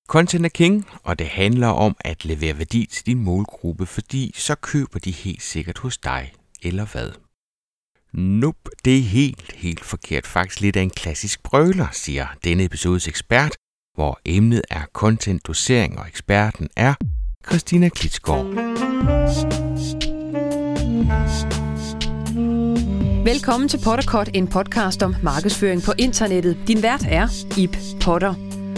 Content er king, og det handler om at levere værdi til din målgruppe, fordi så køber de helt sikkert hos dig, eller hvad? Nope, det er helt forkert. Faktisk lidt af en klassisk brøler, siger denne episodes ekspert, hvor emnet er content-dosering, og eksperten er Christina Klitsgaard. Velkommen til Potterkort, en podcast om markedsføring på internettet. Din vært er Ib Potter.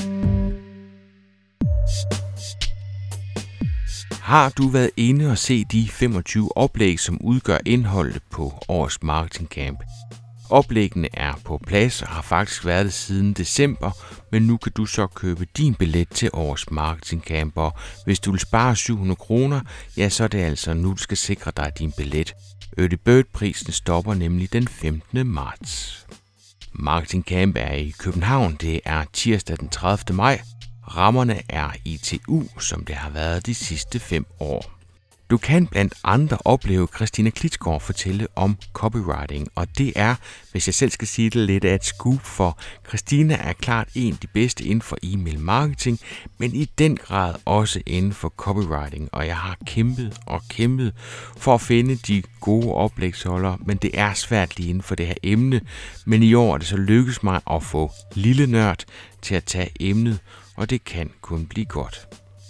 Har du været inde og se de 25 oplæg, som udgør indholdet på årets marketingcamp? Oplæggene er på plads og har faktisk været det siden december, men nu kan du så købe din billet til årets marketingcamp, og hvis du vil spare 700 kroner, ja, så er det altså nu, du skal sikre dig din billet. Early Bird-prisen stopper nemlig den 15. marts. Marketing Camp er i København. Det er tirsdag den 30. maj. Rammerne er ITU, som det har været de sidste 5 år. Du kan blandt andre opleve Christina Klitsgaard fortælle om copywriting, og det er, hvis jeg selv skal sige det, lidt af et scoop, for Christina er klart en af de bedste inden for e-mail marketing, men i den grad også inden for copywriting, og jeg har kæmpet for at finde de gode oplægsholdere, men det er svært lige inden for det her emne, men i år er det så lykkedes mig at få Lille Nørd til at tage emnet, og det kan kun blive godt.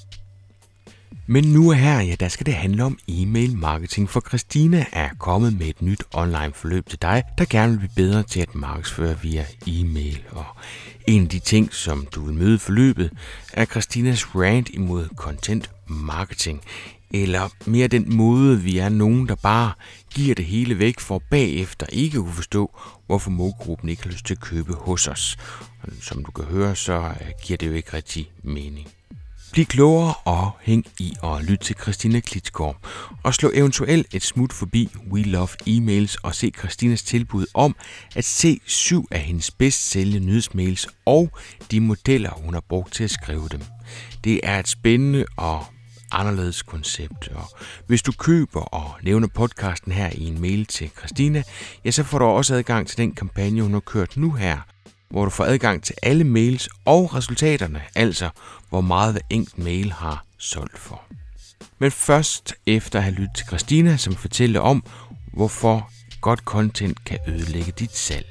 Men nu her, ja, der skal det handle om e-mail marketing, for Christina er kommet med et nyt online forløb til dig, der gerne vil blive bedre til at markedsføre via e-mail. Og en af de ting, som du vil møde i forløbet, er Christinas rant imod content marketing. Eller mere den måde, vi er nogen, der bare giver det hele væk for bagefter ikke at forstå, hvorfor målgruppen ikke har lyst til at købe hos os. Og som du kan høre, så giver det jo ikke rigtig mening. Bliv klogere og hæng i og lyt til Christina Klitsgaard. Og slå eventuelt et smut forbi We Love Emails og se Christinas tilbud om at se 7 af hendes bedst sælgende nyhedsmails og de modeller, hun har brugt til at skrive dem. Det er et spændende og anderledes koncept. Og hvis du køber og nævner podcasten her i en mail til Christina, ja, så får du også adgang til den kampagne, hun har kørt nu her, hvor du får adgang til alle mails og resultaterne, altså hvor meget hver enkelt mail har solgt for. Men først efter at have lyttet til Christina, som fortæller om, hvorfor godt content kan ødelægge dit salg.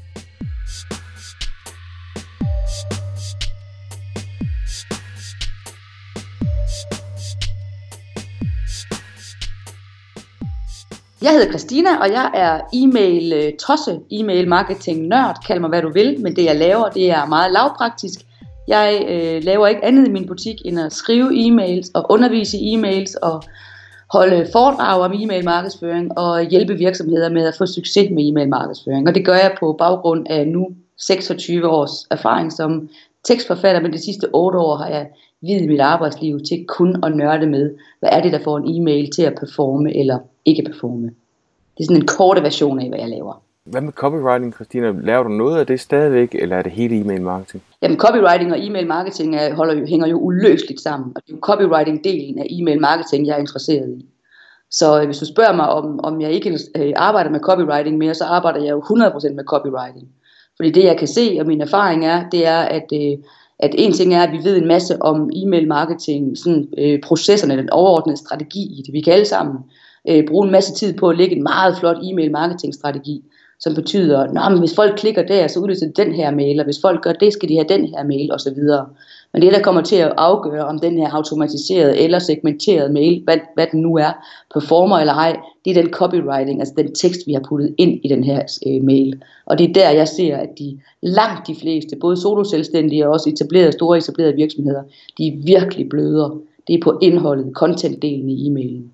Jeg hedder Christina, og jeg er e-mail-tosse, e-mail-marketing-nørd, kald mig hvad du vil, men det jeg laver, det er meget lavpraktisk. Jeg laver ikke andet i min butik, end at skrive e-mails og undervise i e-mails og holde foredrag om e-mail-markedsføring og hjælpe virksomheder med at få succes med e-mail-markedsføring. Og det gør jeg på baggrund af nu 26 års erfaring som tekstforfatter, men de sidste 8 år har jeg viet mit arbejdsliv til kun at nørde med, hvad er det, der får en e-mail til at performe eller ikke performe. Det er sådan en korte version af, hvad jeg laver. Hvad med copywriting, Christina? Laver du noget af det stadigvæk, eller er det hele e-mail marketing? Jamen, copywriting og e-mail marketing hænger jo uløseligt sammen. Og det er jo copywriting-delen af e-mail marketing, jeg er interesseret i. Så hvis du spørger mig, om jeg ikke arbejder med copywriting mere, så arbejder jeg jo 100% med copywriting. Fordi det, jeg kan se, og min erfaring er, det er, at en ting er, at vi ved en masse om e-mail marketing, sådan, processerne, den overordnede strategi i det. Vi kan alle sammen bruge en masse tid på at lægge en meget flot e-mail marketing strategi, som betyder, at hvis folk klikker der, så udløser den her mail, og hvis folk gør det, skal de have den her mail, osv. Men det, der kommer til at afgøre, om den her automatiserede eller segmenterede mail, hvad den nu er, performer eller ej, det er den copywriting, altså den tekst, vi har puttet ind i den her mail. Og det er der, jeg ser, at langt de fleste, både soloselvstændige og også store etablerede virksomheder, de er virkelig bløder. Det er på indholdet, content-delen i e-mailen.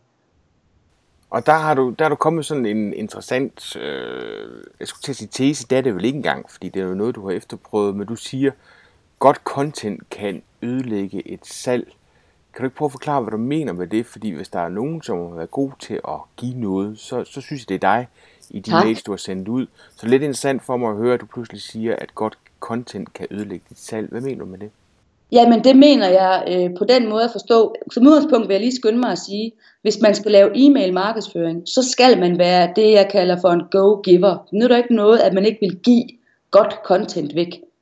Og der har du kommet sådan en interessant, jeg skulle til at sige tese, det er det vel ikke engang, fordi det er jo noget, du har efterprøvet, men du siger, godt content kan ødelægge et salg. Kan du ikke prøve at forklare, hvad du mener med det? Fordi hvis der er nogen, som har været god til at give noget, så synes jeg, det er dig i de mails, du har sendt ud. Så lidt interessant for mig at høre, at du pludselig siger, at godt content kan ødelægge dit salg. Hvad mener du med det? Jamen det mener jeg på den måde at forstå. Som udgangspunkt vil jeg lige skynde mig at sige, hvis man skal lave e-mail markedsføring, så skal man være det, jeg kalder for en go-giver. Det nytter ikke noget, at man ikke vil give godt content væk.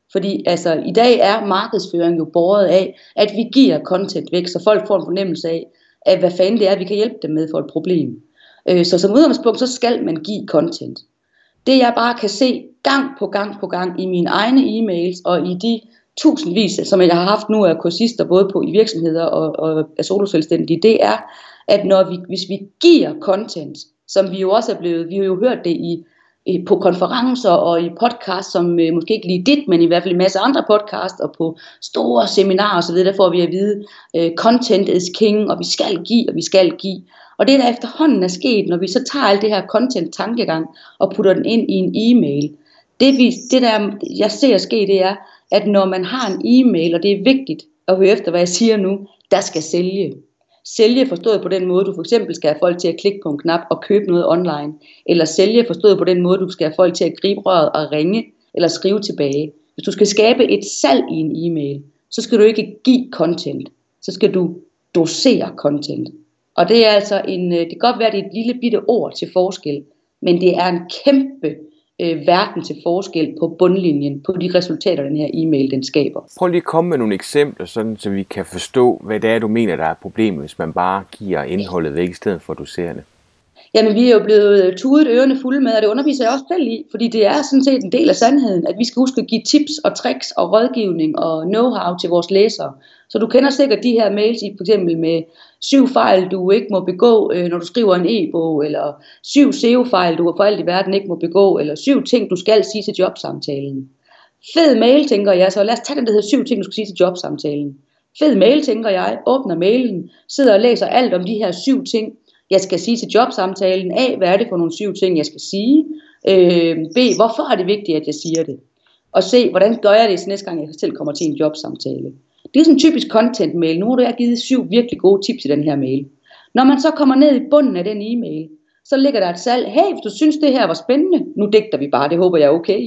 Fordi altså, i dag er markedsføring jo båret af, at vi giver content væk, så folk får en fornemmelse af hvad fanden det er, vi kan hjælpe dem med for et problem. Så som udgangspunkt, så skal man give content. Det jeg bare kan se gang på gang i mine egne e-mails og i de tusindvis, som jeg har haft nu af kursister, både i virksomheder og af soloselvstændige, det er, at hvis vi giver content, som vi jo også er blevet, vi har jo hørt det på konferencer og i podcasts, som måske ikke lige dit, men i hvert fald en masse andre podcasts, og på store seminarer osv., der får vi at vide, content is king, og vi skal give, og vi skal give. Og det der efterhånden er sket, når vi så tager alt det her content-tankegang og putter den ind i en e-mail, det der jeg ser ske, det er, at når man har en e-mail, og det er vigtigt at høre efter, hvad jeg siger nu, der skal sælge. Sælge forstået på den måde, du for eksempel skal have folk til at klikke på en knap og købe noget online. Eller sælge forstået på den måde, du skal have folk til at gribe røret og ringe eller skrive tilbage. Hvis du skal skabe et salg i en e-mail, så skal du ikke give content. Så skal du dosere content. Og det er altså det kan godt være, at det er et lille bitte ord til forskel, men det er en kæmpe verden til forskel på bundlinjen, på de resultater, den her e-mail, den skaber. Prøv lige at komme med nogle eksempler, sådan, så vi kan forstå, hvad det er, du mener, der er problemet, hvis man bare giver indholdet væk, i stedet for at dosere det. Jamen, vi er jo blevet tudet ørerne fulde med, og det underviser jeg også selv i, fordi det er sådan set en del af sandheden, at vi skal huske at give tips og tricks og rådgivning og know-how til vores læsere. Så du kender sikkert de her mails, for eksempel med 7 fejl, du ikke må begå, når du skriver en e-bog, eller 7 SEO-fejl, du for alt i verden ikke må begå, eller 7 ting, du skal sige til jobsamtalen. Fed mail, tænker jeg, så lad os tage den, der hedder 7 ting, du skal sige til jobsamtalen. Fed mail, tænker jeg, åbner mailen, sidder og læser alt om de her 7 ting, jeg skal sige til jobsamtalen. A, hvad er det for nogle 7 ting, jeg skal sige? B, hvorfor er det vigtigt, at jeg siger det? Og C, hvordan gør jeg det næste gang, jeg selv kommer til en jobsamtale? Det er sådan en typisk content mail. Nu har jeg givet 7 virkelig gode tips i den her mail. Når man så kommer ned i bunden af den e-mail, så ligger der et salg. Hey, hvis du synes det her var spændende, nu digter vi bare, det håber jeg er okay.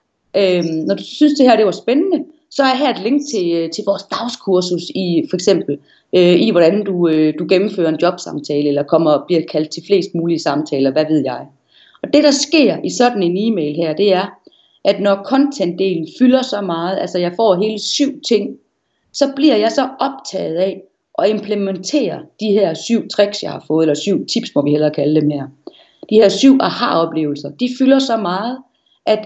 Når du synes det her det var spændende, så er her et link til vores dagskursus i for eksempel i hvordan du gennemfører en jobsamtale eller bliver kaldt til flest mulige samtaler, hvad ved jeg. Og det der sker i sådan en e-mail her, det er, at når content-delen fylder så meget, altså jeg får hele 7 ting, så bliver jeg så optaget af at implementere de her 7 tricks, jeg har fået, eller 7 tips, må vi hellere kalde dem her. De her 7 aha-oplevelser, de fylder så meget, at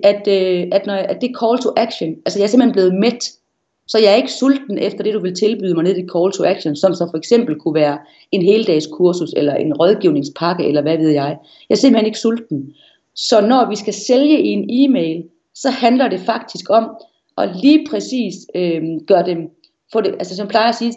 det call to action, altså jeg er simpelthen blevet mæt, så jeg er ikke sulten efter det, du vil tilbyde mig ned i call to action, som så for eksempel kunne være en heldagskursus, eller en rådgivningspakke, eller hvad ved jeg. Jeg er simpelthen ikke sulten. Så når vi skal sælge i en e-mail, så handler det faktisk om at lige præcis gøre dem, altså som plejer at sige,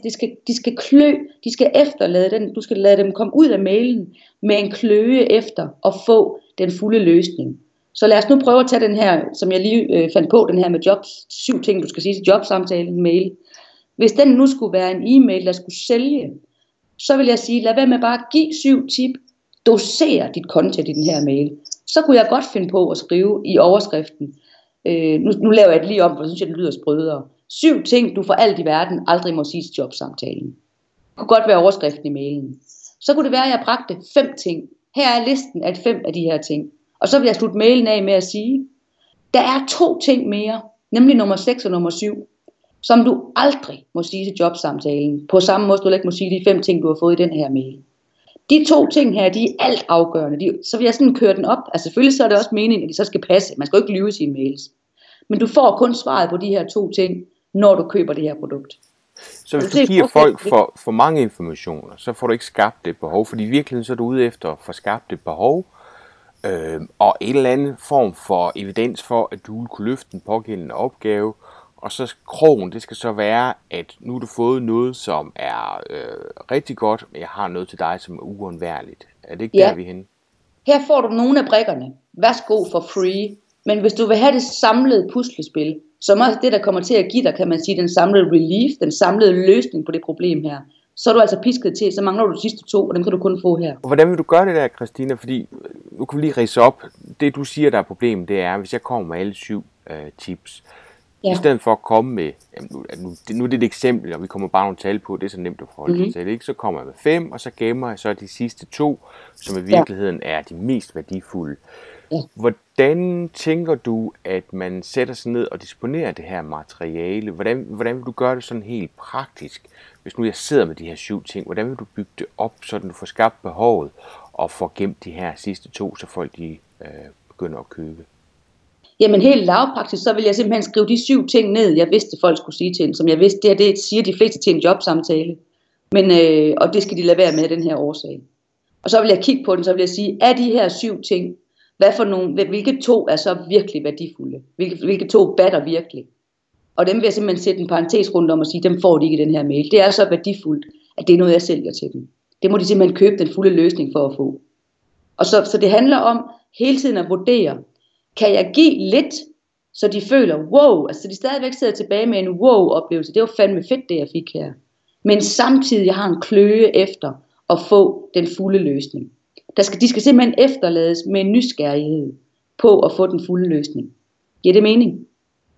de skal efterlade den, du skal lade dem komme ud af mailen med en kløe efter at få den fulde løsning. Så lad os nu prøve at tage den her, som jeg lige fandt på, den her med 7 ting, du skal sige til jobsamtalen mail. Hvis den nu skulle være en e-mail, der skulle sælge, så vil jeg sige, lad være med bare at give 7 tip, dosere dit content i den her mail. Så kunne jeg godt finde på at skrive i overskriften. Nu laver jeg det lige om, for jeg synes, det lyder sprødere. 7 ting, du for alt i verden aldrig må sige til jobsamtalen. Det kunne godt være overskriften i mailen. Så kunne det være, at jeg bragte 5 ting. Her er listen af 5 af de her ting. Og så vil jeg slutte mailen af med at sige, der er 2 ting mere, nemlig nummer 6 og nummer 7, som du aldrig må sige til jobsamtalen. På samme måde, du ikke må sige de 5 ting, du har fået i den her mail. De 2 ting her, de er alt afgørende. Så vil jeg sådan køre den op. Altså selvfølgelig så er det også meningen, at de så skal passe. Man skal jo ikke lyve sine mails. Men du får kun svaret på de her 2 ting, når du køber det her produkt. Så hvis du giver folk for mange informationer, så får du ikke skabt et behov. Fordi i virkeligheden så er du ude efter at få skabt et behov, og en eller anden form for evidens for, at du vil kunne løfte den pågældende opgave. Og så krogen, det skal så være, at nu har du fået noget, som er rigtig godt, men jeg har noget til dig, som er uundværligt. Er det ikke der, vi er henne? Her får du nogle af brikkerne. Værsgo for free. Men hvis du vil have det samlede puslespil, som også det, der kommer til at give dig, kan man sige, den samlede relief, den samlede løsning på det problem her, så er du altså pisket til, så mangler du de sidste 2, og dem kan du kun få her. Og hvordan vil du gøre det der, Christina? Fordi nu kan vi lige ridse op. Det du siger, der er problemet, det er, hvis jeg kommer med alle 7 tips, i stedet for at komme med, nu er det et eksempel, og vi kommer bare nogle tal på, det er så nemt at forholde sig til, ikke? Så kommer jeg med 5, og så gemmer jeg så de sidste 2, som i virkeligheden er de mest værdifulde. Ja. Hvordan tænker du, at man sætter sig ned og disponerer det her materiale? Hvordan vil du gøre det sådan helt praktisk? Hvis nu jeg sidder med de her 7 ting, hvordan vil du bygge det op, så du får skabt behovet og får gemt de her sidste 2, så folk de begynder at købe? Jamen helt lavpraktisk, så vil jeg simpelthen skrive de 7 ting ned, jeg vidste folk skulle sige til en, som jeg vidste, det siger de fleste til en jobsamtale. Men, og det skal de lade være med af den her årsag. Og så vil jeg kigge på den, så vil jeg sige, er de her 7 ting, hvilke 2 er så virkelig værdifulde? Hvilke 2 batter virkelig? Og dem vil jeg simpelthen sætte en parentes rundt om og sige, dem får de ikke i den her mail. Det er så værdifuldt, at det er noget, jeg sælger til dem. Det må de simpelthen købe den fulde løsning for at få. Og så det handler om hele tiden at vurdere, kan jeg give lidt, så de føler, wow, altså de stadigvæk sidder tilbage med en wow-oplevelse. Det var fandme fedt, det jeg fik her. Men samtidig har en kløe efter at få den fulde løsning. De skal simpelthen efterlades med en nysgerrighed på at få den fulde løsning. Giver det mening?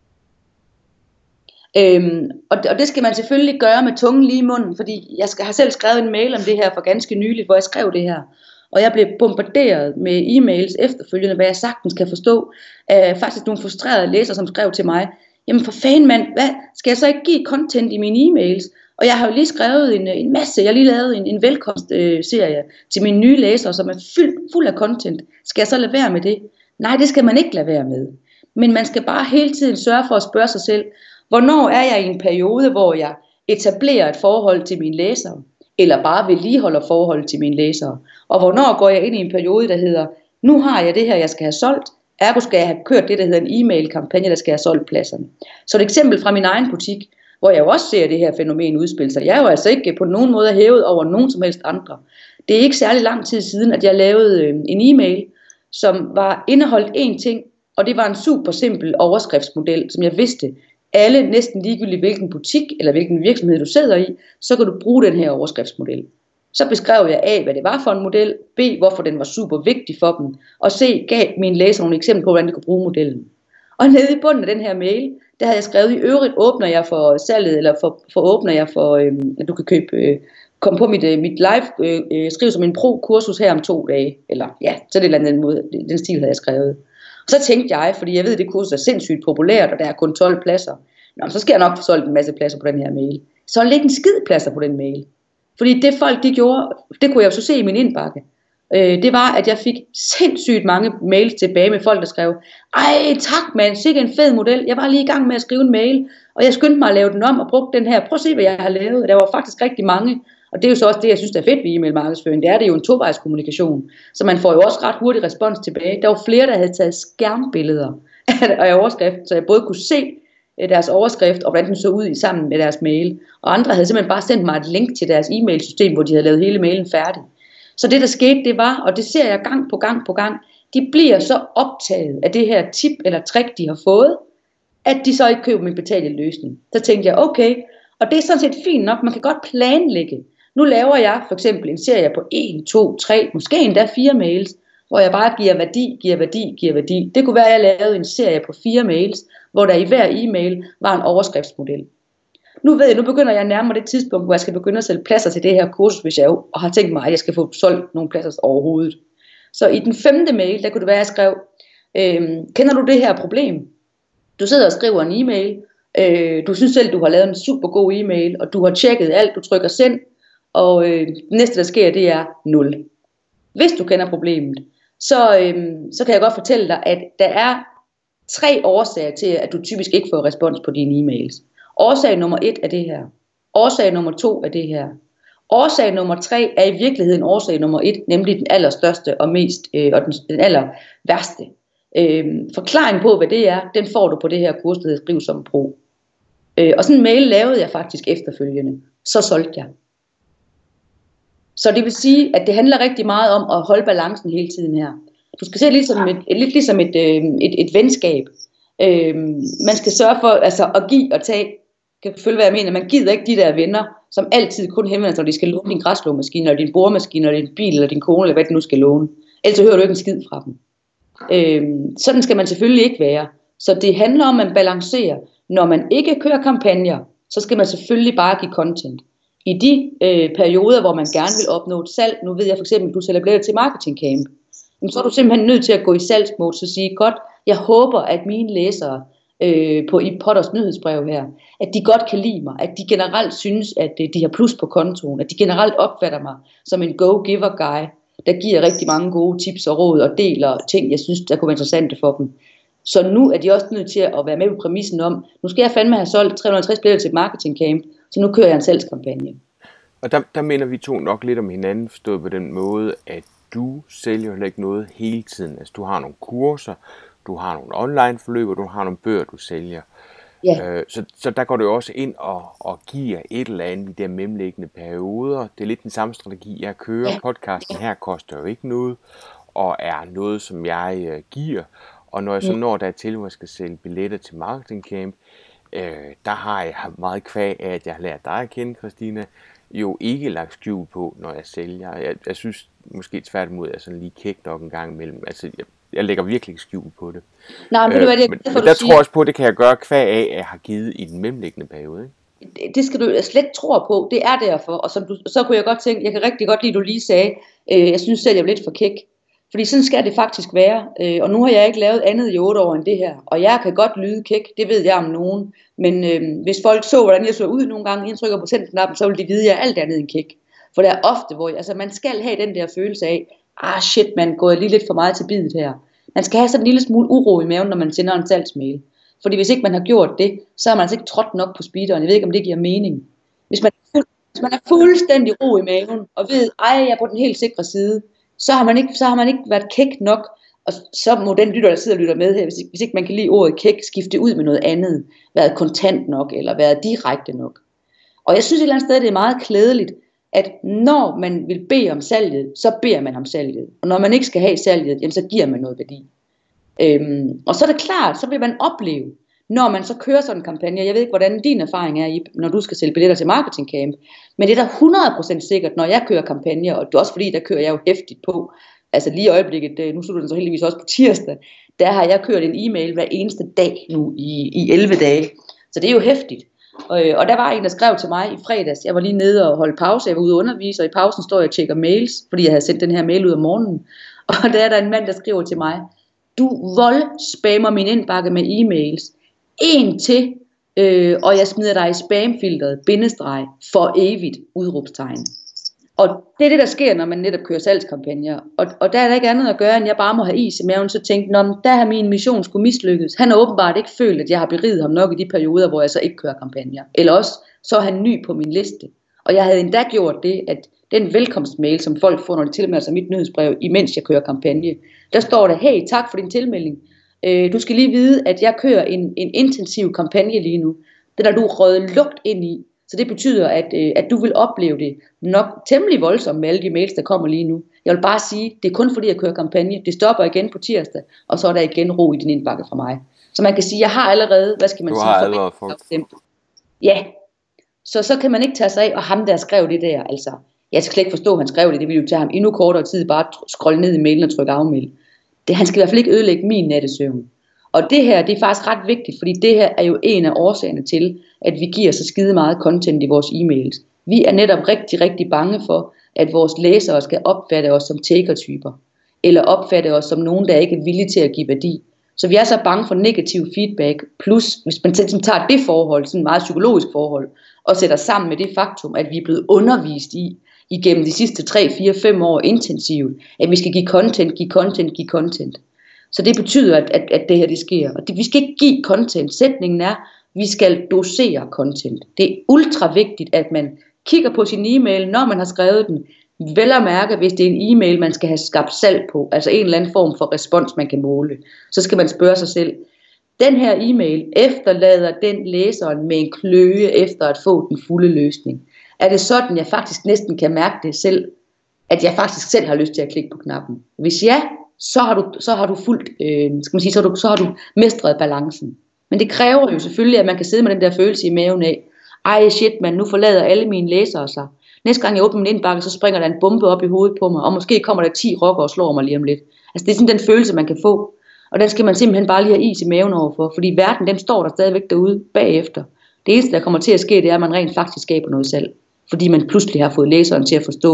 Og det skal man selvfølgelig gøre med tungen lige i munden, fordi jeg har selv skrevet en mail om det her for ganske nyligt, hvor jeg skrev det her. Og jeg blev bombarderet med e-mails efterfølgende, hvad jeg sagtens kan forstå. Faktisk nogle frustrerede læsere, som skrev til mig, jamen for fanden mand, hvad skal jeg så ikke give content i mine e-mails? Og jeg har jo lige skrevet en masse, jeg har lige lavet en velkomstserie til mine nye læsere, som er fuld af content. Skal jeg så lade være med det? Nej, det skal man ikke lade være med. Men man skal bare hele tiden sørge for at spørge sig selv, hvornår er jeg i en periode, hvor jeg etablerer et forhold til mine læsere, eller bare vedligeholder forhold til mine læsere. Og hvornår går jeg ind i en periode, der hedder, nu har jeg det her, jeg skal have solgt, ergo skal jeg have kørt det, der hedder en e-mail-kampagne, der skal have solgt pladserne. Så et eksempel fra min egen butik, hvor jeg jo også ser det her fænomen udspille sig. Jeg er jo altså ikke på nogen måde hævet over nogen som helst andre. Det er ikke særlig lang tid siden, at jeg lavede en e-mail, som var indeholdt én ting, og det var en super simpel overskriftsmodel, som jeg vidste, alle næsten ligegyldigt hvilken butik eller hvilken virksomhed du sidder i, så kan du bruge den her overskriftsmodel. Så beskrev jeg A, hvad det var for en model, B, hvorfor den var super vigtig for dem, og C, gav mine læsere nogle eksempler på, hvordan de kunne bruge modellen. Og nede i bunden af den her mail, der havde jeg skrevet, i øvrigt åbner jeg for salget, eller åbner jeg for, at du kan købe, komme på mit live, skriv som en pro-kursus her om 2 dage, eller ja, så det er den stil havde jeg skrevet. Og så tænkte jeg, fordi jeg ved, at det kursus er sindssygt populært, og der er kun 12 pladser, nå, så skal jeg nok få solgt en masse pladser på den her mail. Så læg en skid pladser på den mail. Fordi det folk de gjorde, det kunne jeg jo så se i min indbakke. Det var, at jeg fik sindssygt mange mails tilbage med folk, der skrev, ej tak mand, sikke en fed model, jeg var lige i gang med at skrive en mail, og jeg skyndte mig at lave den om og brugte den her, prøv at se hvad jeg har lavet. Der var faktisk rigtig mange, og det er jo så også det, jeg synes er fedt ved e-mail markedsføring, det er jo en tovejs kommunikation, så man får jo også ret hurtig respons tilbage. Der var flere, der havde taget skærmbilleder af overskriften, så jeg både kunne se deres overskrift og hvordan den så ud sammen med deres mail, og andre havde simpelthen bare sendt mig et link til deres e-mailsystem, hvor de havde lavet hele mailen færdig. Så det der skete, det var, og det ser jeg gang på gang, de bliver så optaget af det her tip eller trick, de har fået, at de så ikke køber min betalte løsning. Så tænkte jeg, okay, og det er sådan set fint nok, man kan godt planlægge. Nu laver jeg for eksempel en serie på 1, 2, 3, måske endda 4 mails, hvor jeg bare giver værdi. Det kunne være, at jeg lavede en serie på 4 mails, hvor der i hver e-mail var en overskriftsmodel. Nu begynder jeg nærmere det tidspunkt, hvor jeg skal begynde at sælge pladser til det her kursus, hvis jeg jo og har tænkt mig, at jeg skal få solgt nogle pladser overhovedet. Så i den 5. mail, der kunne det være, at jeg skrev, kender du det her problem? Du sidder og skriver en e-mail, du synes selv, du har lavet en super god e-mail, og du har tjekket alt, du trykker send, og det næste, der sker, det er 0. Hvis du kender problemet, så kan jeg godt fortælle dig, at der er 3 årsager til, at du typisk ikke får respons på dine e-mails. Årsag nummer 1 er det her. Årsag nummer 2 er det her. Årsag nummer 3 er i virkeligheden årsag nummer 1, nemlig den allerstørste og mest og den aller værste. Forklaring på, hvad det er, den får du på det her kursus, der hedder Skriv som Pro. Og sådan en mail lavede jeg faktisk efterfølgende. Så solgte jeg. Så det vil sige, at det handler rigtig meget om at holde balancen hele tiden her. Du skal se lidt ligesom et venskab. Man skal sørge for at give og tage. Kan følge, hvad jeg mener. Man gider ikke de der venner, som altid kun henvender sig, når de skal låne din græsslåmaskine, eller din boremaskine, eller din bil, eller din kone, eller hvad det nu skal låne. Ellers hører du ikke en skid fra dem. Sådan skal man selvfølgelig ikke være. Så det handler om, at man balancerer. Når man ikke kører kampagner, så skal man selvfølgelig bare give content. I de perioder, hvor man gerne vil opnå et salg, nu ved jeg for eksempel, du sælger billetter til marketing camp, så er du simpelthen nødt til at gå i salgsmode, så sige, godt, jeg håber, at mine læsere i Potters nyhedsbrev her, at de godt kan lide mig, at de generelt synes, at de har plus på kontoen, at de generelt opfatter mig som en go-giver-guy, der giver rigtig mange gode tips og råd og deler ting, jeg synes, der kunne være interessante for dem. Så nu er de også nødt til at være med på præmissen om, nu skal jeg fandme have solgt 360 billetter til et marketingcamp, så nu kører jeg en salgskampagne. Og der minder vi to nok lidt om hinanden, forstået på den måde, at du sælger heller ikke noget hele tiden. Altså du har nogle kurser, du har nogle online forløb, og du har nogle bøger, du sælger. Ja. Så der går du også ind og giver et eller andet i de mellemliggende perioder. Det er lidt den samme strategi, jeg kører. Ja. Podcasten her koster jo ikke noget, og er noget, som jeg giver. Og når jeg så når dertil, hvor jeg skal sælge billetter til marketingcamp, der har jeg meget kvæg af, at jeg har lært dig at kende, Christina, jo ikke lagt skjul på, når jeg sælger. Jeg synes måske tværtimod, at jeg sådan lige kæk nok en gang imellem. Altså, jeg lægger virkelig ikke skjul på det. Nej, men men der tror jeg også på, at det kan jeg gøre kvæg af, at jeg har givet i den mellemliggende periode. Ikke? Det skal du slet tro på. Det er derfor. Og så kunne jeg godt tænke, jeg kan rigtig godt lide, du lige sagde, jeg synes selv, jeg er lidt for kæk. Fordi sådan skal det faktisk være, og nu har jeg ikke lavet andet i 8 år end det her, og jeg kan godt lyde kæk, det ved jeg om nogen, men hvis folk så, hvordan jeg så ud nogle gange, indtrykker på procent-knappen, så vil de vide, at jeg er alt andet end kæk. For der er ofte, hvor man skal have den der følelse af, shit, man går lige lidt for meget til bidet her. Man skal have sådan en lille smule uro i maven, når man sender en salgsmail. Fordi hvis ikke man har gjort det, så har man altså ikke trådt nok på speederen. Jeg ved ikke, om det giver mening. Hvis man er fuldstændig ro i maven, og ved, jeg er på den helt sikre side, så har man ikke været kæk nok, og så må den lytter, der sidder og lytter med her, hvis ikke man kan lide ordet kæk, skifte ud med noget andet, været kontant nok, eller været direkte nok. Og jeg synes et eller andet sted, det er meget klædeligt, at når man vil bede om salget, så beder man om salget. Og når man ikke skal have salget, jamen, så giver man noget værdi. Og så er det klart, så vil man opleve, når man så kører sådan en kampagne, jeg ved ikke, hvordan din erfaring er, når du skal sælge billetter til marketingcamp, men det er da 100% sikkert, når jeg kører kampagner, og det er også fordi, der kører jeg jo hæftigt på, altså lige i øjeblikket, nu slutter den så heldigvis også på tirsdag, der har jeg kørt en e-mail hver eneste dag nu i 11 dage, så det er jo hæftigt. Og der var en, der skrev til mig i fredags, jeg var lige nede og holdt pause, jeg var ude og undervise, og i pausen står jeg og tjekker mails, fordi jeg havde sendt den her mail ud om morgenen, og der er der en mand, der skriver til mig, du voldspammer min indbakke med e-mails, en til, og jeg smider dig i spamfilteret, bindestreg, for evigt, udråbstegn. Og det er det, der sker, når man netop kører salgskampagner. Og der er der ikke andet at gøre, end jeg bare må have is i maven, så tænkte, der har min mission skulle mislykkes. Han har åbenbart ikke følt, at jeg har beriget ham nok i de perioder, hvor jeg så ikke kører kampagner. Eller også, så er han ny på min liste. Og jeg havde endda gjort det, at den velkomstmail, som folk får, når de tilmelder sig mit nyhedsbrev, imens jeg kører kampagne, der står der, hey, tak for din tilmelding. Du skal lige vide, at jeg kører en intensiv kampagne lige nu. Den er du røget lugt ind i. Så det betyder, at du vil opleve det nok temmelig voldsomt med alle de mails, der kommer lige nu. Jeg vil bare sige, det er kun fordi, jeg kører kampagne. Det stopper igen på tirsdag, og så er der igen ro i din indbakke fra mig. Så man kan sige, jeg har allerede, hvad skal man sige? Du har allerede folk. Ja, så kan man ikke tage sig af, og ham der skrev det der, altså. Jeg skal slet ikke forstå, at han skrev det. Det ville jo tage ham endnu kortere tid, bare scrolle ned i mailen og trykke afmail. Han skal i hvert fald ikke ødelægge min nattesøvn. Og det her, det er faktisk ret vigtigt, fordi det her er jo en af årsagerne til, at vi giver så skide meget content i vores e-mails. Vi er netop rigtig, rigtig bange for, at vores læsere skal opfatte os som taker-typer, eller opfatte os som nogen, der ikke er villige til at give værdi. Så vi er så bange for negativ feedback, plus hvis man tager det forhold, sådan et meget psykologisk forhold, og sætter sammen med det faktum, at vi er blevet undervist igennem de sidste 3, 4, 5 år intensivt, at vi skal give content. Så det betyder, at det her det sker. Og vi skal ikke give content. Sætningen er, vi skal dosere content. Det er ultra vigtigt, at man kigger på sin e-mail, når man har skrevet den. Vel at mærke, hvis det er en e-mail, man skal have skabt salg på, altså en eller anden form for respons, man kan måle, så skal man spørge sig selv, den her e-mail efterlader den læseren med en kløe efter at få den fulde løsning. Er det sådan, jeg faktisk næsten kan mærke det selv, at jeg faktisk selv har lyst til at klikke på knappen? Hvis ja, så har du fuldt, så har du mestret balancen. Men det kræver jo selvfølgelig, at man kan sidde med den der følelse i maven af, shit man, nu forlader alle mine læsere sig. Næste gang jeg åbner min indbakke, så springer der en bombe op i hovedet på mig, og måske kommer der 10 rockere og slår mig lige om lidt. Altså det er sådan den følelse, man kan få, og den skal man simpelthen bare lige have is i maven overfor, fordi verden, den står der stadigvæk derude bagefter. Det eneste, der kommer til at ske, det er, at man rent faktisk skaber noget selv, fordi man pludselig har fået læseren til at forstå,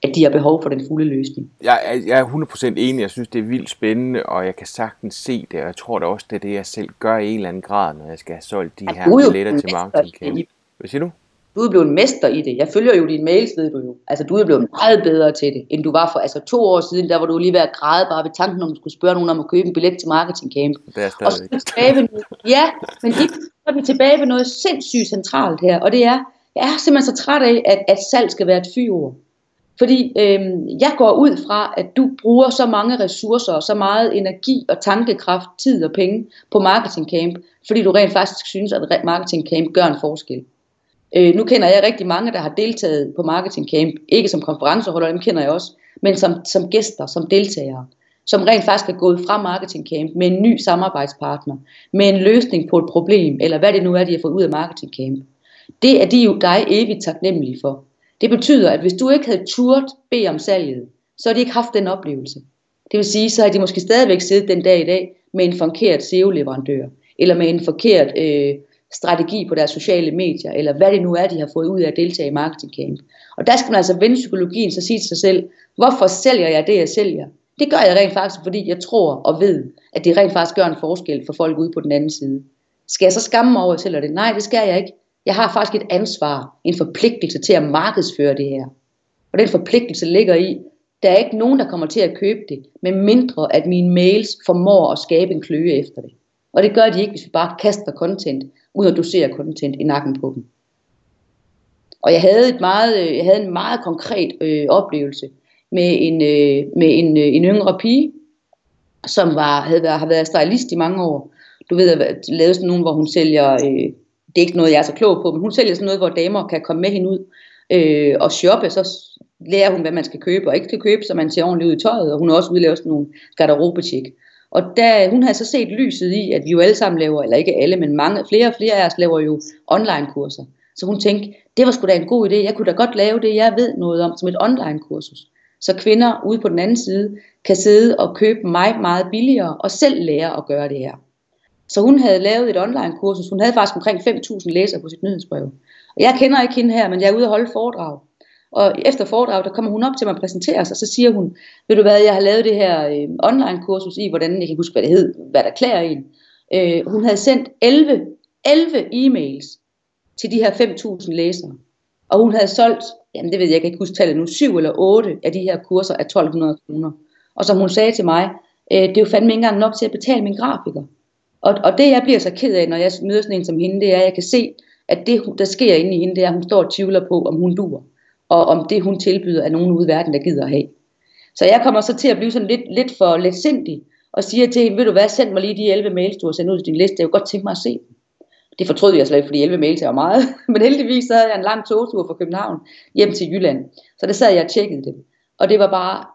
at de har behov for den fulde løsning. Jeg er 100% enig. Jeg synes, det er vildt spændende, og jeg kan sagtens se det, og jeg tror da også, det er det, jeg selv gør i en eller anden grad, når jeg skal have solgt de her billetter til Marketing Camp. Hvad siger du? Du er blevet en mester i det. Jeg følger jo dine mails, ved du jo. Altså, du er blevet meget bedre til det, end du var for 2 år siden. Der var du lige ved at græde bare ved tanken, om du skulle spørge nogen om at købe en billet til Marketing Camp. Det er stadigvæk. Ja, men så er vi tilbage ved noget sindssygt centralt her, og det er, jeg er simpelthen så træt af, at salg skal være et fyord. Fordi jeg går ud fra, at du bruger så mange ressourcer, så meget energi og tankekraft, tid og penge på Marketing Camp, fordi du rent faktisk synes, at Marketing Camp gør en forskel. Nu kender jeg rigtig mange, der har deltaget på Marketing Camp, ikke som konferenceholdere, dem kender jeg også, men som gæster, som deltagere, som rent faktisk er gået fra Marketing Camp med en ny samarbejdspartner, med en løsning på et problem, eller hvad det nu er, de har fået ud af Marketing Camp. Det er de jo dig evigt taknemmelige for. Det betyder, at hvis du ikke havde turt bede om salget, så har de ikke haft den oplevelse. Det vil sige, så har de måske stadigvæk siddet den dag i dag med en forkert SEO-leverandør, eller med en forkert strategi på deres sociale medier, eller hvad det nu er, de har fået ud af at deltage i Marketing Camp. Og der skal man altså vende psykologien, så sige til sig selv, hvorfor sælger jeg det, jeg sælger? Det gør jeg rent faktisk, fordi jeg tror og ved, at det rent faktisk gør en forskel for folk ude på den anden side. Skal jeg så skamme mig over, at jeg sælger det? Nej, det skal jeg ikke. Jeg har faktisk et ansvar, en forpligtelse til at markedsføre det her. Og den forpligtelse ligger i, der er ikke nogen, der kommer til at købe det, med mindre at mine mails formår at skabe en kløe efter det. Og det gør de ikke, hvis vi bare kaster content, uden at dosere content i nakken på dem. Og jeg havde en meget konkret oplevelse med en yngre pige, som har været stylist i mange år. Du ved, at lavede sådan nogen, hvor hun sælger, det er ikke noget, jeg er så klog på, men hun sælger sådan noget, hvor damer kan komme med hende ud og shoppe, så lærer hun, hvad man skal købe og ikke skal købe, så man ser ordentligt ud i tøjet, og hun har også udlavet sådan nogle garderobetjek. Og hun havde så set lyset i, at vi jo alle sammen laver, eller ikke alle, men flere af os laver jo online kurser. Så hun tænkte, det var sgu da en god idé, jeg kunne da godt lave det, jeg ved noget om, som et online kursus. Så kvinder ude på den anden side kan sidde og købe mig meget billigere, og selv lære at gøre det her. Så hun havde lavet et online kursus, hun havde faktisk omkring 5.000 læsere på sit nyhedsbrev. Og jeg kender ikke hende her, men jeg er ude at holde foredrag. Og efter foredraget, der kommer hun op til mig og præsenterer sig, så siger hun, ved du hvad, jeg har lavet det her online kursus i, hvordan, jeg kan ikke huske, hvad det hed, hvad der klæder en. Hun havde sendt 11 e-mails til de her 5.000 læsere. Og hun havde solgt, jamen det ved jeg ikke huske tallet nu, 7 eller 8 af de her kurser af 1.200 kroner. Og som hun sagde til mig, det er jo fandme ikke engang nok til at betale min grafiker. Og det jeg bliver så ked af, når jeg møder sådan en som hende, det er, at jeg kan se, at det der sker inde i hende, det er, at hun står og tvivler på, om hun duer. Og om det hun tilbyder er nogen ude i verden, der gider at have. Så jeg kommer så til at blive sådan lidt for letsindig, og siger til hende, ved du hvad, send mig lige de 11 mails, du har sendt ud til din liste, jeg kunne godt tænke mig at se dem. Det fortrød jeg slet ikke, fordi 11 mails er meget, men heldigvis så havde jeg en lang togtur fra København hjem til Jylland, så der sad jeg og tjekkede dem, og det var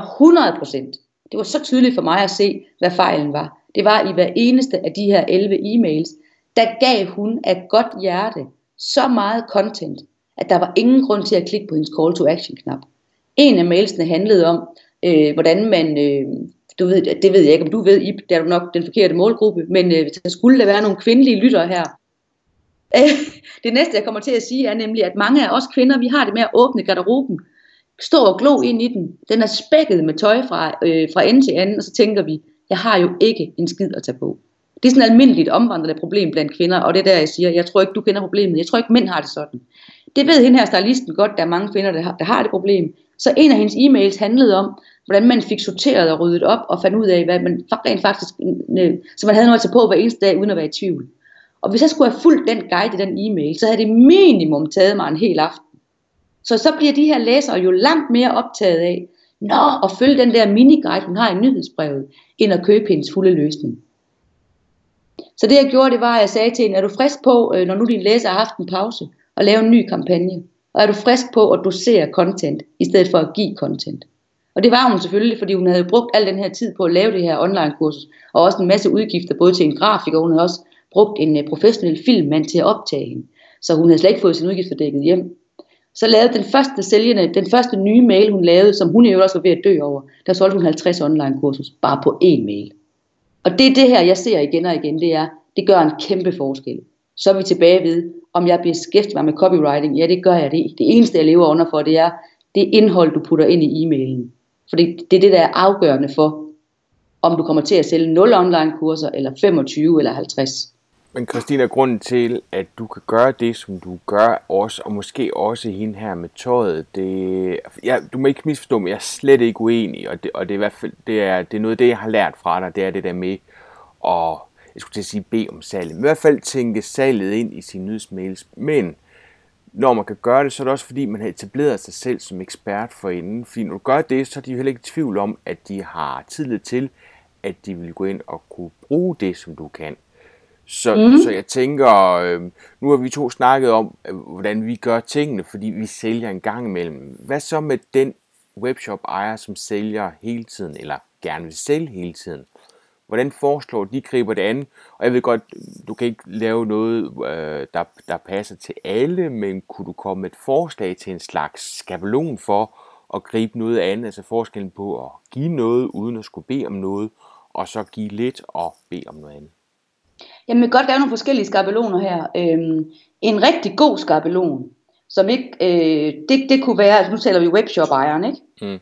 100%, det var så tydeligt for mig at se, hvad fejlen var. Det var i hver eneste af de her 11 e-mails, der gav hun af godt hjerte så meget content, at der var ingen grund til at klikke på hendes call to action knap. En af mailsene handlede om, hvordan man, du ved, det ved jeg ikke om du ved, Ib, det er jo nok den forkerte målgruppe, men der skulle der være nogle kvindelige lyttere her. Det næste jeg kommer til at sige er nemlig, at mange af os kvinder, vi har det med at åbne garderoben, stå og glo ind i den, den er spækket med tøj fra ende til anden, og så tænker vi, jeg har jo ikke en skid at tage på. Det er sådan et almindeligt omvandrende problem blandt kvinder, og det er der, jeg siger, jeg tror ikke, du kender problemet. Jeg tror ikke, mænd har det sådan. Det ved hende her stylisten godt, der er mange kvinder, der har det problem. Så en af hendes e-mails handlede om, hvordan man fik sorteret og ryddet op, og fandt ud af, hvad man rent faktisk, så man havde noget at tage på hver eneste dag, uden at være i tvivl. Og hvis jeg skulle have fulgt den guide i den e-mail, så havde det minimum taget mig en hel aften. Så bliver de her læsere jo langt mere optaget af, at følge den der mini-guide, hun har i nyhedsbrevet, end at købe hendes fulde løsning. Så det jeg gjorde, det var, at jeg sagde til hende, er du frisk på, når nu din læser har haft en pause, og lave en ny kampagne? Og er du frisk på at dosere content, i stedet for at give content? Og det var hun selvfølgelig, fordi hun havde brugt al den her tid på at lave det her online kursus, og også en masse udgifter, både til en grafiker, og hun havde også brugt en professionel filmmand til at optage hende. Så hun havde slet ikke fået sin udgifter dækket hjem. Så lavede den første nye mail, hun lavede, som hun jo også var ved at dø over, der solgte hun 50 online kursus, bare på én mail. Og det er det her, jeg ser igen og igen, det gør en kæmpe forskel. Så er vi tilbage ved, om jeg beskæftiger mig med copywriting. Ja, det gør jeg det. Det eneste, jeg lever under for, det er det indhold, du putter ind i e-mailen. For det er det, der er afgørende for, om du kommer til at sælge 0 online kurser, eller 25 eller 50. Men Christina, grunden til, at du kan gøre det, som du gør også, og måske også hende her med tøjet, du må ikke misforstå mig, jeg er slet ikke uenig, og det er i hvert fald, det er noget af det, jeg har lært fra dig, det er det der med at, jeg skulle til at sige, bede om salget, men i hvert fald tænke salget ind i sine nyhedsmails, men når man kan gøre det, så er det også fordi, man har etableret sig selv som ekspert forinden, fordi når du gør det, så er de jo heller ikke i tvivl om, at de har tillid til, at de vil gå ind og kunne bruge det, som du kan. Så jeg tænker, nu har vi to snakket om, hvordan vi gør tingene, fordi vi sælger en gang imellem. Hvad så med den webshop-ejer, som sælger hele tiden, eller gerne vil sælge hele tiden? Hvordan foreslår de griber det an? Og jeg ved godt, du kan ikke lave noget, der passer til alle, men kunne du komme med et forslag til en slags skabelon for at gribe noget andet? Altså forskellen på at give noget, uden at skulle bede om noget, og så give lidt og bede om noget andet. Jamen, jeg kan godt lave nogle forskellige skabeloner her. En rigtig god skabelon, som ikke, det kunne være, altså nu taler vi webshop-ejeren, ikke? Mm.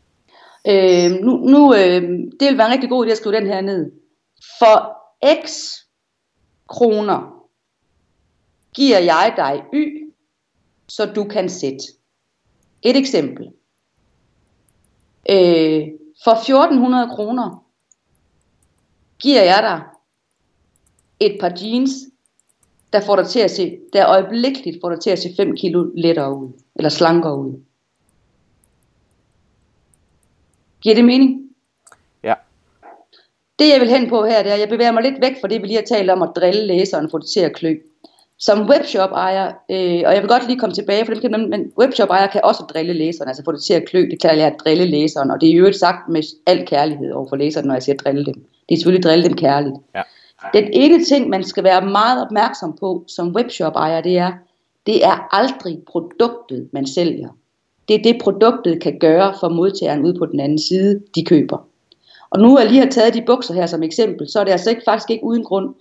Det vil være en rigtig god idé at skrive den her ned. For x kroner giver jeg dig y, så du kan sætte. Et eksempel. For 1400 kroner giver jeg dig et par jeans, der øjeblikkeligt får dig til at se 5 kilo lettere ud, eller slankere ud. Giver det mening? Ja. Det jeg vil hen på her, det er, at jeg bevæger mig lidt væk fra det, vi lige har talt om, at drille læseren og få det til at klø. Som webshop-ejer, og jeg vil godt lige komme tilbage, for det, men webshop-ejer kan også drille læseren, altså få det til at klø, det kalder jeg at drille læseren, og det er jo sagt med al kærlighed over for læseren, når jeg siger drille dem. Det er selvfølgelig drille dem kærligt. Ja. Den ene ting, man skal være meget opmærksom på som webshop-ejer, det er aldrig produktet, man sælger. Det er det, produktet kan gøre for modtageren ude på den anden side, de køber. Og nu jeg lige har taget de bukser her som eksempel, så er det altså faktisk ikke uden grund.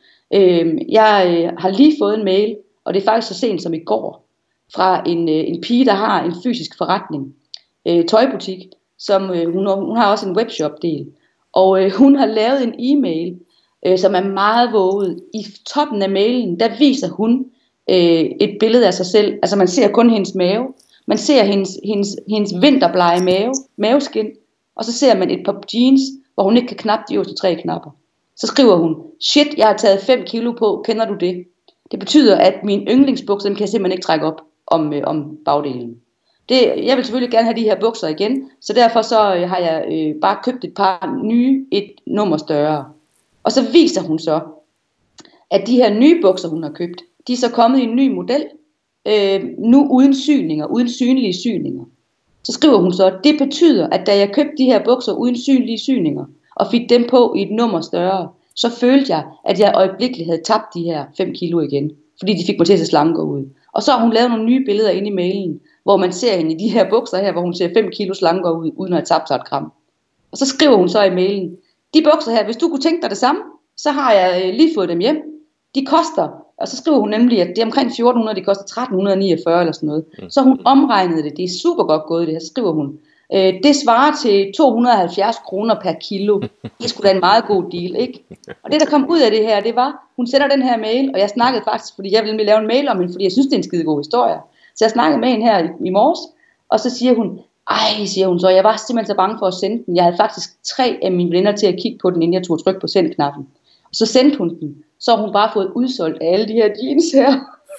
Jeg har lige fået en mail, og det er faktisk så sent som i går, fra en pige, der har en fysisk forretning, tøjbutik, som hun har også en webshop-del. Og hun har lavet en e-mail, som er meget våget. I toppen af mailen, der viser hun et billede af sig selv. Altså man ser kun hendes mave. Man ser hendes vinterblege maveskin. Og så ser man et par jeans, hvor hun ikke kan knappe de øverste 3 knapper. Så skriver hun, shit, jeg har taget 5 kilo på, kender du det? Det betyder, at min yndlingsbukser, dem kan jeg simpelthen ikke trække op om bagdelen. Jeg vil selvfølgelig gerne have de her bukser igen, så derfor så har jeg bare købt et par nye, et nummer større. Og så viser hun så, at de her nye bukser, hun har købt, de er så kommet i en ny model, nu uden syninger, uden synlige syninger. Så skriver hun så, at det betyder, at da jeg købte de her bukser uden synlige syninger, og fik dem på i et nummer større, så følte jeg, at jeg øjeblikkeligt havde tabt de her 5 kilo igen, fordi de fik mig til at se slankere ud. Og så har hun lavet nogle nye billeder inde i mailen, hvor man ser hende i de her bukser her, hvor hun ser 5 kilo slankere ud, uden at have tabt sig et gram. Og så skriver hun så i mailen, de bukser her, hvis du kunne tænke dig det samme, så har jeg lige fået dem hjem. De koster, og så skriver hun nemlig, at det er omkring 1400, de koster 1349 eller sådan noget. Så hun omregnede det, det er super godt gået det her, så skriver hun. Det svarer til 270 kroner per kilo. Det er sgu da en meget god deal, ikke? Og det der kom ud af det her, det var, hun sender den her mail, og jeg snakkede faktisk, fordi jeg ville lave en mail om hende, fordi jeg synes, det er en skide god historie. Så jeg snakkede med hende her i morges, og så siger hun, siger hun så, jeg var simpelthen så bange for at sende den. Jeg havde faktisk 3 af mine venner til at kigge på den, inden jeg tog tryk på send-knappen. Og så sendte hun den. Så har hun bare fået udsolgt af alle de her jeans her.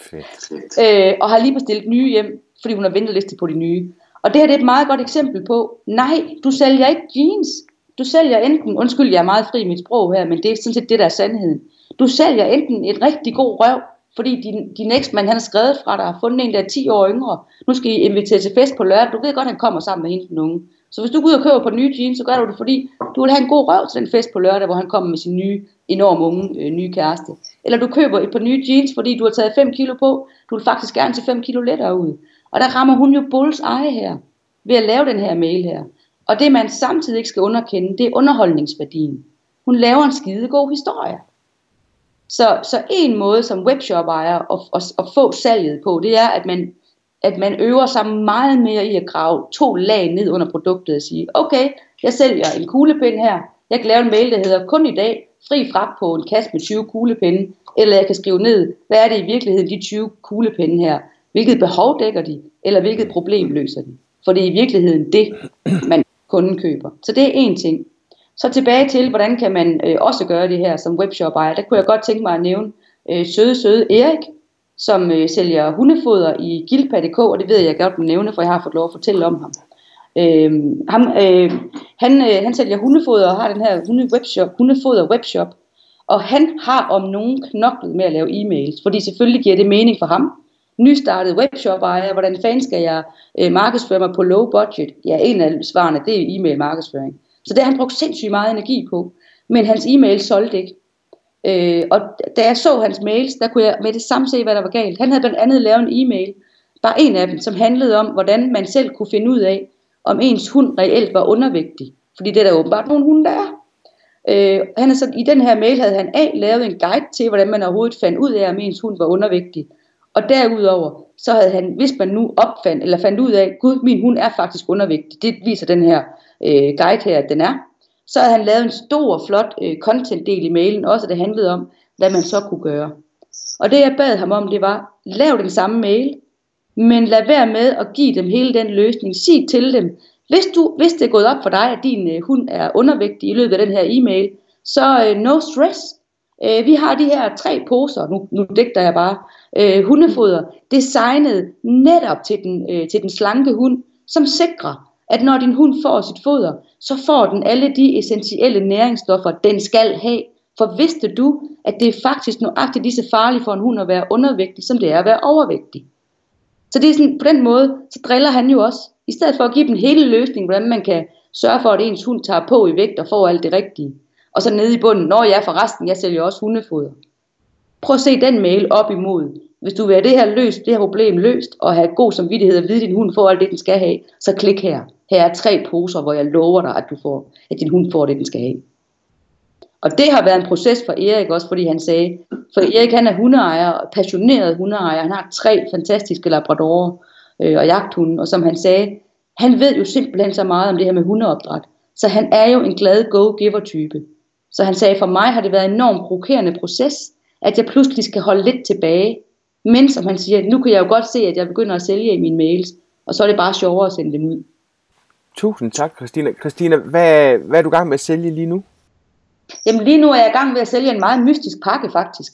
Og har lige bestilt nye hjem, fordi hun har venteliste på de nye. Og det her det er et meget godt eksempel på, nej, du sælger ikke jeans. Du sælger enten, undskyld, jeg er meget fri i mit sprog her, men det er sådan set det, der er sandheden. Du sælger enten et rigtig god røv, fordi din eksmand, han har skrevet fra dig, har fundet en, der er 10 år yngre. Nu skal I invitere til fest på lørdag. Du ved godt, han kommer sammen med hende den unge. Så hvis du går ud og køber på nye jeans, så gør du det, fordi du vil have en god røv til den fest på lørdag, hvor han kommer med sin nye, enormt unge nye kæreste. Eller du køber et par nye jeans, fordi du har taget 5 kilo på. Du vil faktisk gerne se 5 kilo lettere ud. Og der rammer hun jo bullseye her, ved at lave den her mail her. Og det man samtidig ikke skal underkende, det er underholdningsværdien. Hun laver en skide god historie. Så en måde som webshop-ejer at få salget på, det er, at man at man øver sig meget mere i at grave 2 lag ned under produktet og sige, okay, jeg sælger en kuglepen her, jeg kan lave en mail, der hedder kun i dag, fri fragt på en kasse med 20 kuglepenne, eller jeg kan skrive ned, hvad er det i virkeligheden, de 20 kuglepenne her, hvilket behov dækker de, eller hvilket problem løser de, for det er i virkeligheden det, man kunden køber. Så det er en ting. Så tilbage til, hvordan kan man også gøre det her som webshop-ejer, der kunne jeg godt tænke mig at nævne søde Erik, som sælger hundefoder i Gilpa.dk, og det ved jeg godt at nævne, for jeg har fået lov at fortælle om ham. Han sælger hundefoder og har den her hundefoder webshop, og han har om nogen knoklet med at lave e-mails, fordi selvfølgelig giver det mening for ham. Nystartet webshop-ejer, hvordan fanden skal jeg markedsføre mig på low budget? Ja, en af svarene, det er e-mail markedsføring. Så det har han brugt sindssygt meget energi på, men hans e-mail solgte ikke. Og da jeg så hans mails, der kunne jeg med det samme se, hvad der var galt. Han havde blandt andet lavet en e-mail, bare en af dem, som handlede om, hvordan man selv kunne finde ud af, om ens hund reelt var undervægtig. Fordi det er der åbenbart nogle hunde, der er. I den her mail havde han lavet en guide til, hvordan man overhovedet fandt ud af, om ens hund var undervægtig. Og derudover, så havde han, hvis man nu fandt ud af, gud, min hund er faktisk undervægtig, det viser den her guide her, at den er, så havde han lavet en stor, flot content-del i mailen, også det handlede om, hvad man så kunne gøre. Og det jeg bad ham om, det var, lav den samme mail, men lad være med at give dem hele den løsning. Sig til dem, hvis det er gået op for dig, at din hund er undervægtig i løbet af den her e-mail, så no stress. Vi har de her 3 poser, nu digter jeg bare, hundefoder, designet netop til den slanke hund, som sikrer, at når din hund får sit foder, så får den alle de essentielle næringsstoffer, den skal have. For vidste du, at det er faktisk nøjagtigt lige så farligt for en hund at være undervægtig, som det er at være overvægtig. Så det er sådan, på den måde, så driller han jo også. I stedet for at give dem hele løsningen, hvordan man kan sørge for, at ens hund tager på i vægt og får alt det rigtige. Og så nede i bunden, når jeg forresten, jeg sælger også hundefoder. Prøv at se den mail op imod. Hvis du vil have det her problem løst, og have god samvittighed at vide, at din hund får alt det, den skal have, så klik her. Her er 3 poser, hvor jeg lover dig, at din hund får det, den skal have. Og det har været en proces for Erik også, fordi han sagde, for Erik han er hundeejer, passioneret hundeejer, han har 3 fantastiske labradorer og jagthunde, og som han sagde, han ved jo simpelthen så meget om det her med hundeopdræt, så han er jo en glad go-giver-type. Så han sagde, for mig har det været en enormt provokerende proces, at jeg pludselig skal holde lidt tilbage, men som han siger, nu kan jeg jo godt se, at jeg begynder at sælge i mine mails, og så er det bare sjovere at sende dem ud. Tusind tak, Christina. Christina, hvad er du i gang med at sælge lige nu? Jamen lige nu er jeg i gang med at sælge en meget mystisk pakke faktisk,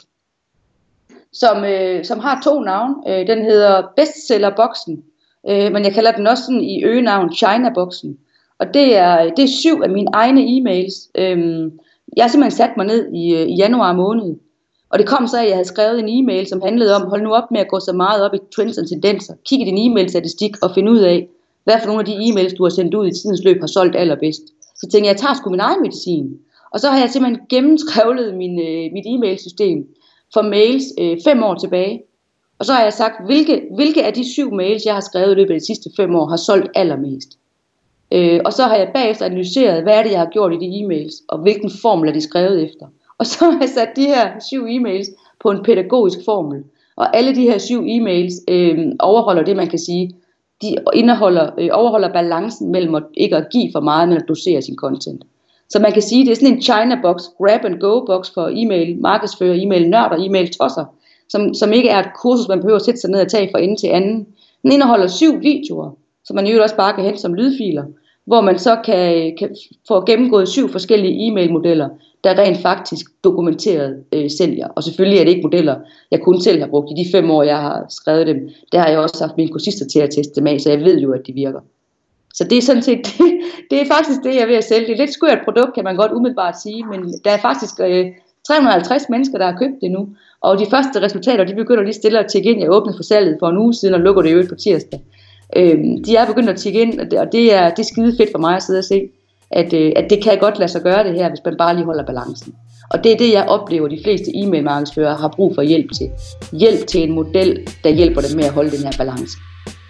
som har 2 navne. Den hedder Bestsellerboksen, men jeg kalder den også sådan i øgenavn China-boksen. Og det er 7 af mine egne e-mails. Jeg har simpelthen sat mig ned i januar måned, og det kom så, at jeg havde skrevet en e-mail, som handlede om, hold nu op med at gå så meget op i trends og tendenser. Kig i din e-mail-statistik og find ud af, hvad for nogle af de e-mails, du har sendt ud i tidens løb, har solgt allerbedst. Så tænkte jeg tager sgu min egen medicin. Og så har jeg simpelthen gennemskrevlet mit e-mailsystem for mails 5 år tilbage. Og så har jeg sagt, hvilke af de 7 mails, jeg har skrevet i løbet af de sidste 5 år, har solgt allermest. Og så har jeg bagefter analyseret, hvad er det, jeg har gjort i de e-mails, og hvilken formel er de skrevet efter. Og så har jeg sat de her 7 e-mails på en pædagogisk formel. Og alle de her 7 e-mails overholder det, man kan sige, de overholder balancen mellem at ikke at give for meget, men at dosere sin content. Så man kan sige, det er sådan en China-box, grab-and-go-box for e-mail markedsfører, e-mail-nørder, e-mail-tosser, som ikke er et kursus, man behøver at sætte sig ned og tage fra ende til anden. Den indeholder 7 videoer, som man jo også bare kan hente som lydfiler, hvor man så kan få gennemgået 7 forskellige e-mail-modeller, der rent faktisk dokumenteret sælger. Og selvfølgelig er det ikke modeller, jeg kun selv har brugt i de 5 år, jeg har skrevet dem. Der har jeg også haft mine kursister til at teste dem af, så jeg ved jo, at de virker. Så det er sådan set, det er faktisk det, jeg er ved at sælge. Det er et lidt skørt produkt, kan man godt umiddelbart sige, men der er faktisk 350 mennesker, der har købt det nu. Og de første resultater, de begynder lige stille at tjekke ind. Jeg åbnede for salget for en uge siden, og lukker det jo på tirsdag. De er begyndt at tjekke ind, og det er skide fedt for mig at sidde og se, at det kan godt lade sig gøre det her, hvis man bare lige holder balancen. Og det er det, jeg oplever, de fleste e-mail-markedsførere har brug for hjælp til. Hjælp til en model, der hjælper dem med at holde den her balance.